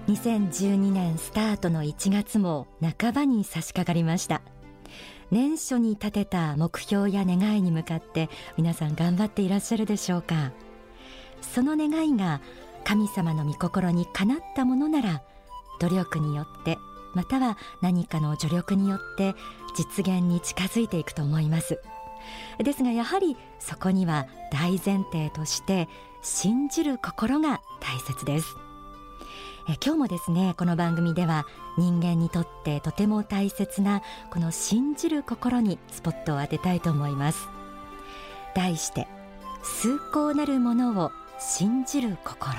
2012年スタートの1月も半ばに差し掛かりました。年初に立てた目標や願いに向かって皆さん頑張っていらっしゃるでしょうか。その願いが神様の御心にかなったものなら、努力によってまたは何かの助力によって実現に近づいていくと思います。ですがやはりそこには大前提として信じる心が大切です。今日もですね、この番組では人間にとってとても大切なこの信じる心にスポットを当てたいと思います。題して崇高なるものを信じる心。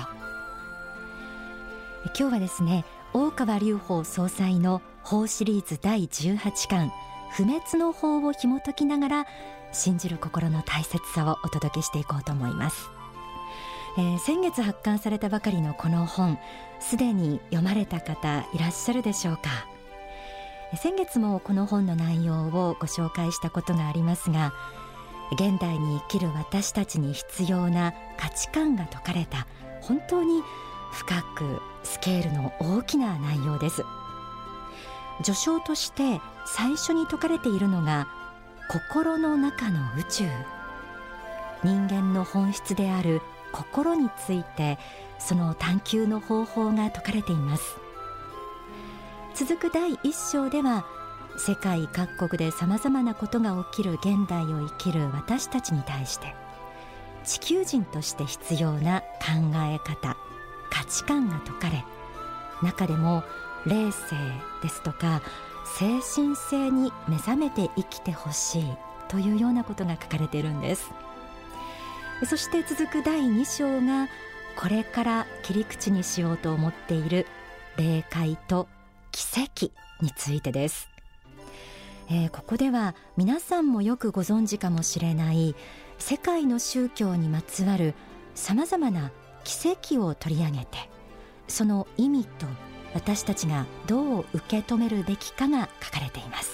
今日はですね、大川隆法総裁の法シリーズ第18巻不滅の法を紐解きながら信じる心の大切さをお届けしていこうと思います。先月発刊されたばかりのこの本、すでに読まれた方いらっしゃるでしょうか。先月もこの本の内容をご紹介したことがありますが、現代に生きる私たちに必要な価値観が説かれた本当に深くスケールの大きな内容です。序章として最初に説かれているのが心の中の宇宙、人間の本質である心についてその探求の方法が説かれています。続く第一章では世界各国でさまざまなことが起きる現代を生きる私たちに対して地球人として必要な考え方、価値観が説かれ、中でも霊性ですとか精神性に目覚めて生きてほしいというようなことが書かれているんです。そして続く第2章がこれから切り口にしようと思っている霊界と奇跡についてです。ここでは皆さんもよくご存知かもしれない世界の宗教にまつわるさまざまな奇跡を取り上げて、その意味と私たちがどう受け止めるべきかが書かれています。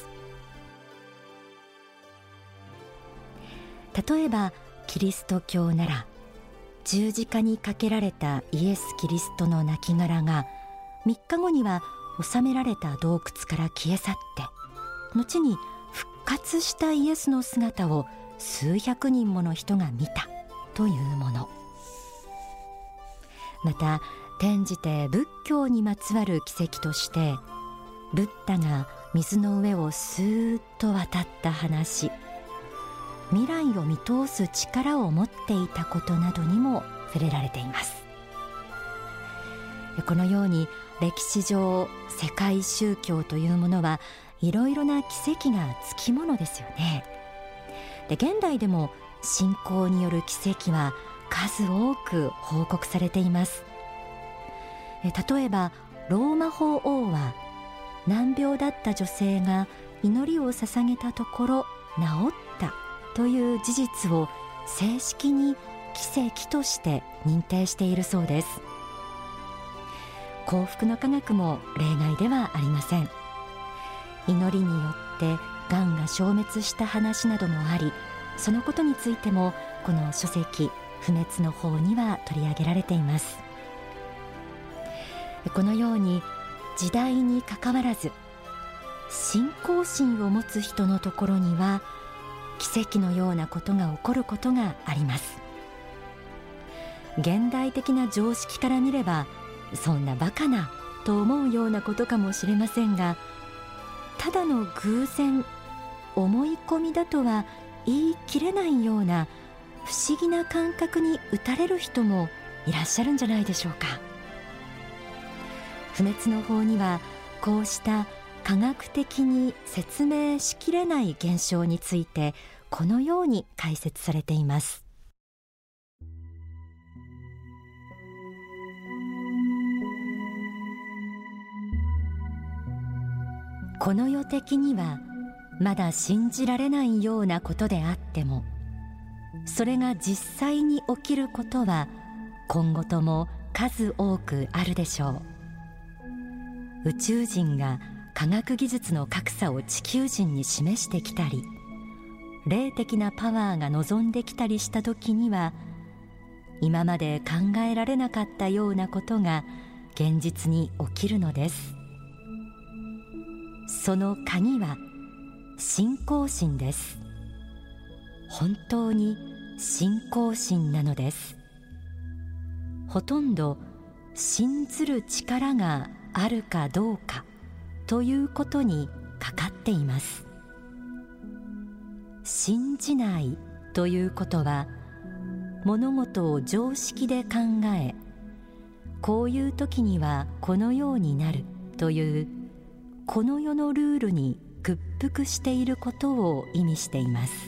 例えばキリスト教なら十字架にかけられたイエス・キリストの亡骸が3日後には収められた洞窟から消え去って、後に復活したイエスの姿を数百人もの人が見たというもの。また転じて仏教にまつわる奇跡として、ブッダが水の上をスーッと渡った話、未来を見通す力を持っていたことなどにも触れられています。このように歴史上世界宗教というものはいろいろな奇跡がつきものですよね。で、現代でも信仰による奇跡は数多く報告されています。例えばローマ法王は難病だった女性が祈りを捧げたところ治ったという事実を正式に奇跡として認定しているそうです。幸福の科学も例外ではありません。祈りによってがんが消滅した話などもあり、そのことについてもこの書籍不滅の法には取り上げられています。このように時代にかかわらず信仰心を持つ人のところには奇跡のようなことが起こることがあります。現代的な常識から見ればそんなバカなと思うようなことかもしれませんが、ただの偶然、思い込みだとは言い切れないような不思議な感覚に打たれる人もいらっしゃるんじゃないでしょうか。不滅の法にはこうした科学的に説明しきれない現象についてこのように解説されています。この世的にはまだ信じられないようなことであっても、それが実際に起きることは今後とも数多くあるでしょう。宇宙人が科学技術の格差を地球人に示してきたり、霊的なパワーが望んできたりした時には、今まで考えられなかったようなことが現実に起きるのです。その鍵は信仰心です。本当に信仰心なのです。ほとんど信ずる力があるかどうかということにかかっています。信じないということは、物事を常識で考え、こういう時にはこのようになるというこの世のルールに屈服していることを意味しています。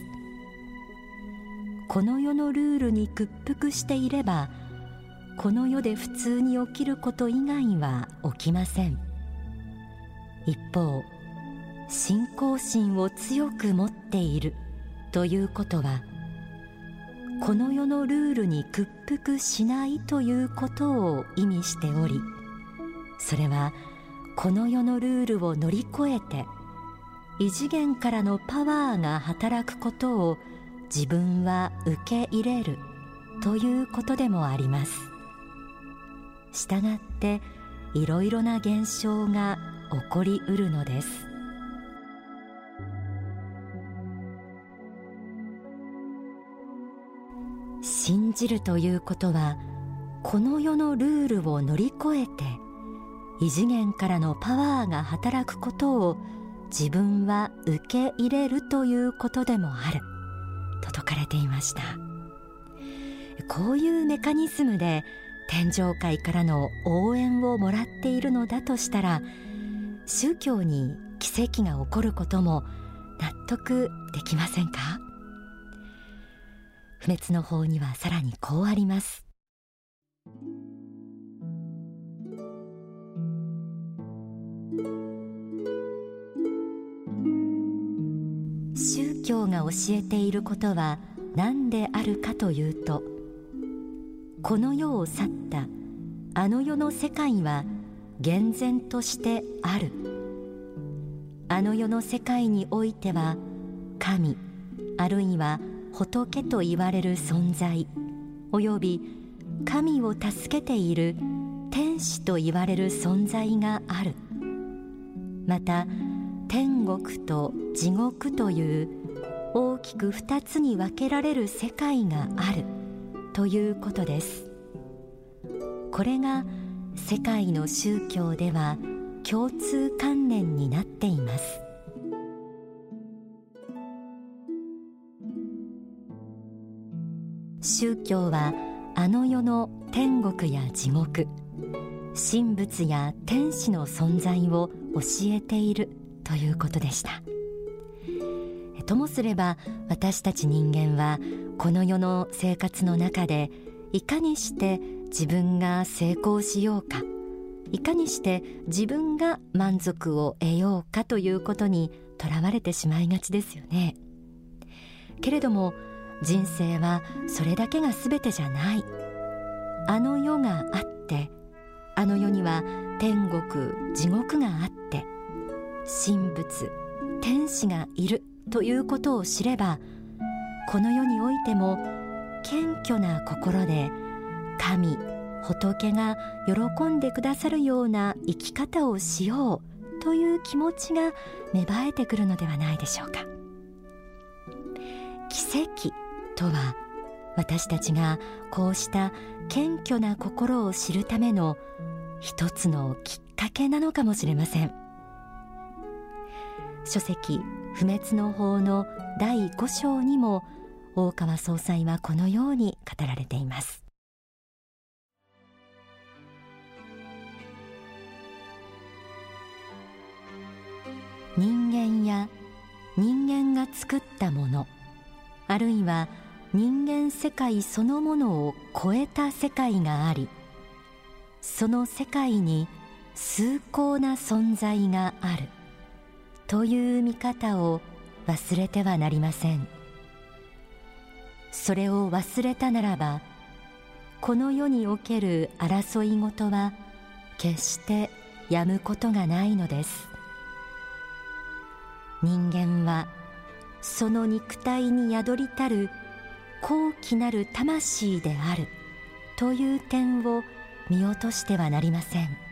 この世のルールに屈服していれば、この世で普通に起きること以外は起きません。一方、信仰心を強く持っているということは、この世のルールに屈服しないということを意味しており、それはこの世のルールを乗り越えて異次元からのパワーが働くことを自分は受け入れるということでもあります。したがっていろいろな現象が起こりうるのです。信じるということは、この世のルールを乗り越えて異次元からのパワーが働くことを自分は受け入れるということでもあると説かれていました。こういうメカニズムで天上界からの応援をもらっているのだとしたら、宗教に奇跡が起こることも納得できませんか？不滅の法にはさらにこうあります。宗教が教えていることは何であるかというと、この世を去ったあの世の世界は厳然としてある。あの世の世界においては神あるいは仏と言われる存在および神を助けている天使と言われる存在がある。また天国と地獄という大きく2つに分けられる世界があるということです。これが世界の宗教では共通観念になっています。宗教はあの世の天国や地獄、神仏や天使の存在を教えているということでした。ともすれば私たち人間はこの世の生活の中でいかにして自分が成功しようか、いかにして自分が満足を得ようかということにとらわれてしまいがちですよね。けれども人生はそれだけが全てじゃない。あの世があって、あの世には天国地獄があって、神仏天使がいるということを知れば、この世においても謙虚な心で神仏が喜んでくださるような生き方をしようという気持ちが芽生えてくるのではないでしょうか。奇跡とは、私たちがこうした謙虚な心を知るための一つのきっかけなのかもしれません。書籍不滅の法の第5章にも大川総裁はこのように語られています。人間や人間が作ったもの、あるいは人間世界そのものを超えた世界があり、その世界に崇高な存在があるという見方を忘れてはなりません。それを忘れたならば、この世における争いごとは決してやむことがないのです。人間はその肉体に宿りたる高貴なる魂であるという点を見落としてはなりません。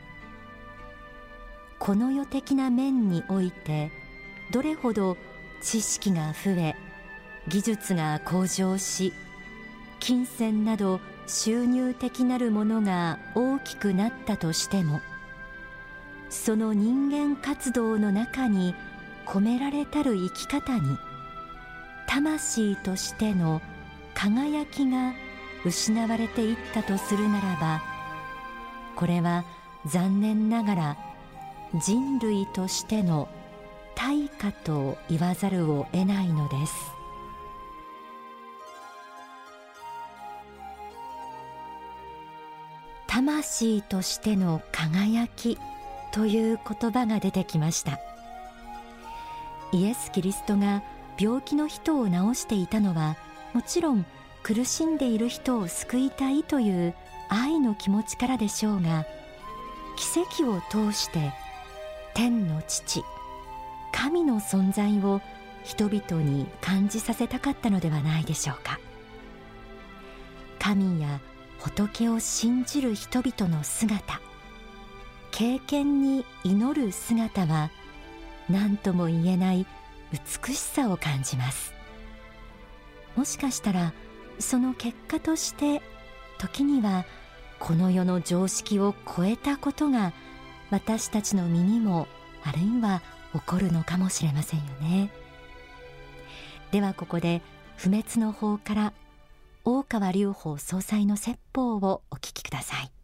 この世的な面においてどれほど知識が増え、技術が向上し、金銭など収入的なるものが大きくなったとしても、その人間活動の中に込められたる生き方に魂としての輝きが失われていったとするならば、これは残念ながら人類としての大化と言わざるを得ないのです。魂としての輝きという言葉が出てきました。イエス・キリストが病気の人を治していたのは、もちろん苦しんでいる人を救いたいという愛の気持ちからでしょうが、奇跡を通して天の父、神の存在を人々に感じさせたかったのではないでしょうか。神や仏を信じる人々の姿、敬虔に祈る姿は何とも言えない美しさを感じます。もしかしたらその結果として、時にはこの世の常識を超えたことが私たちの身にもあるいは起こるのかもしれませんよね。ではここで不滅の法から大川隆法総裁の説法をお聞きください。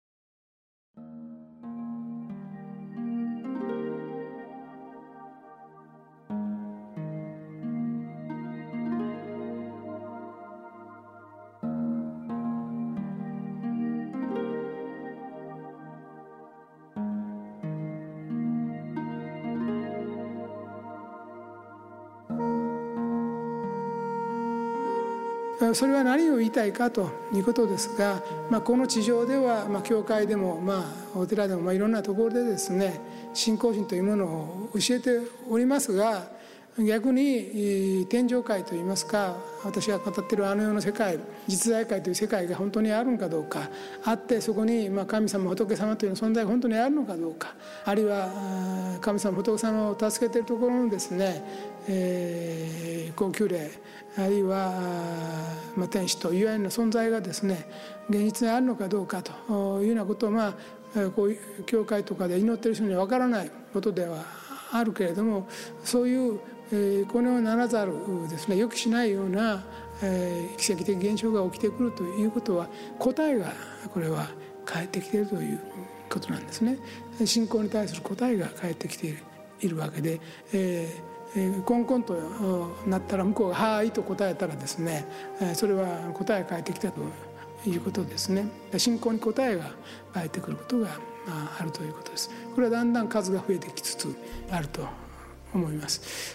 それは何を言いたいかということですが、この地上では、教会でも、お寺でも、いろんなところでですね、信仰心というものを教えておりますが、逆に天上界といいますか、私が語っているあの世の世界、実在界という世界が本当にあるのかどうか、あってそこに神様仏様という存在が本当にあるのかどうか、あるいは神様仏様を助けているところのですね、高級霊、あるいは天使というような存在がですね、現実にあるのかどうかというようなことを、こういう教会とかで祈っている人には分からないことではあるけれども、そういうこのようならざるですね、予期しないような奇跡的現象が起きてくるということは、答えがこれは返ってきているということなんですね。信仰に対する答えが返ってきているわけで、コンコンとなったら向こうが「はーい」と答えたらですね、それは答えが返ってきたということですね。信仰に答えが返ってくることがあるということです。これはだんだん数が増えてきつつあると思います。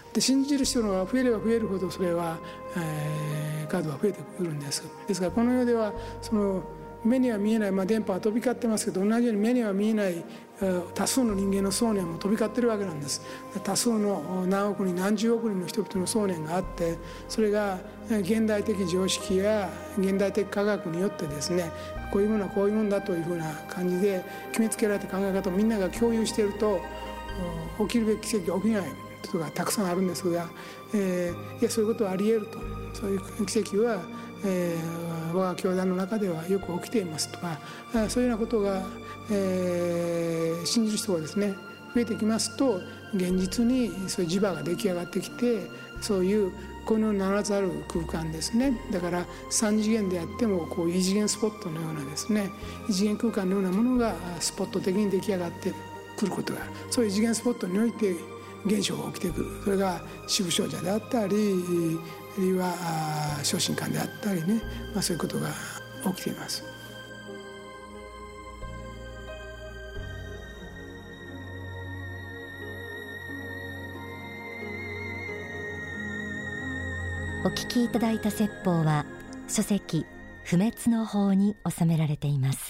で、信じる人が増えれば増えるほどそれは、数は増えてくるんです。ですからこの世ではその目には見えない、電波は飛び交ってますけど、同じように目には見えない多数の人間の想念も飛び交ってるわけなんです。多数の何億人何十億人の人々の想念があって、それが現代的常識や現代的科学によってですね、こういうものはこういうものだというふうな感じで決めつけられた考え方をみんなが共有していると、起きるべき奇跡が起きないことがたくさんあるんですが、いやそういうことはあり得ると、そういう奇跡は我が教団の中ではよく起きていますとか、そういうようなことが、信じる人がですね増えてきますと、現実にそういう磁場が出来上がってきて、そういうこのならざる空間ですね、だから3次元であってもこういう異次元スポットのようなですね、異次元空間のようなものがスポット的に出来上がってくることが、そういう異次元スポットにおいて現象が起きてくる。それが支部少女であったり、あるいは昇進感であったりね、そういうことが起きています。 お聞きいただいた説法は書籍不滅の法に収められています。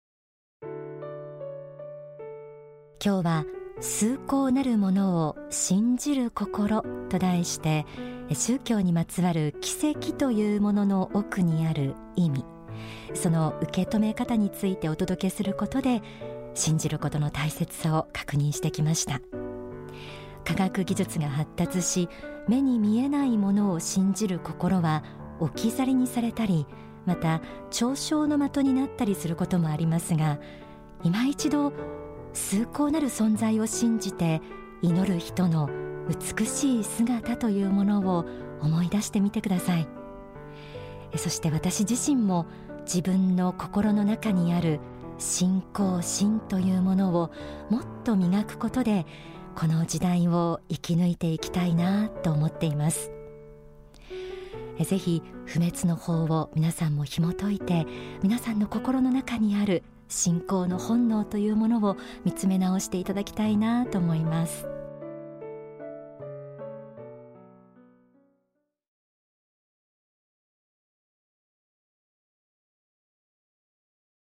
今日は崇高なるものを信じる心と題して、宗教にまつわる奇跡というものの奥にある意味、その受け止め方についてお届けすることで、 信じることの大切さを確認してきました。科学技術が発達し、目に見えないものを信じる心は置き去りにされたり、また嘲笑の的になったりすることもありますが、今一度崇高なる存在を信じて祈る人の美しい姿というものを思い出してみてください。そして私自身も自分の心の中にある信仰心というものをもっと磨くことで、この時代を生き抜いていきたいなと思っています。ぜひ不滅の法を皆さんも紐解いて、皆さんの心の中にある信仰の本能というものを見つめ直していただきたいなと思います。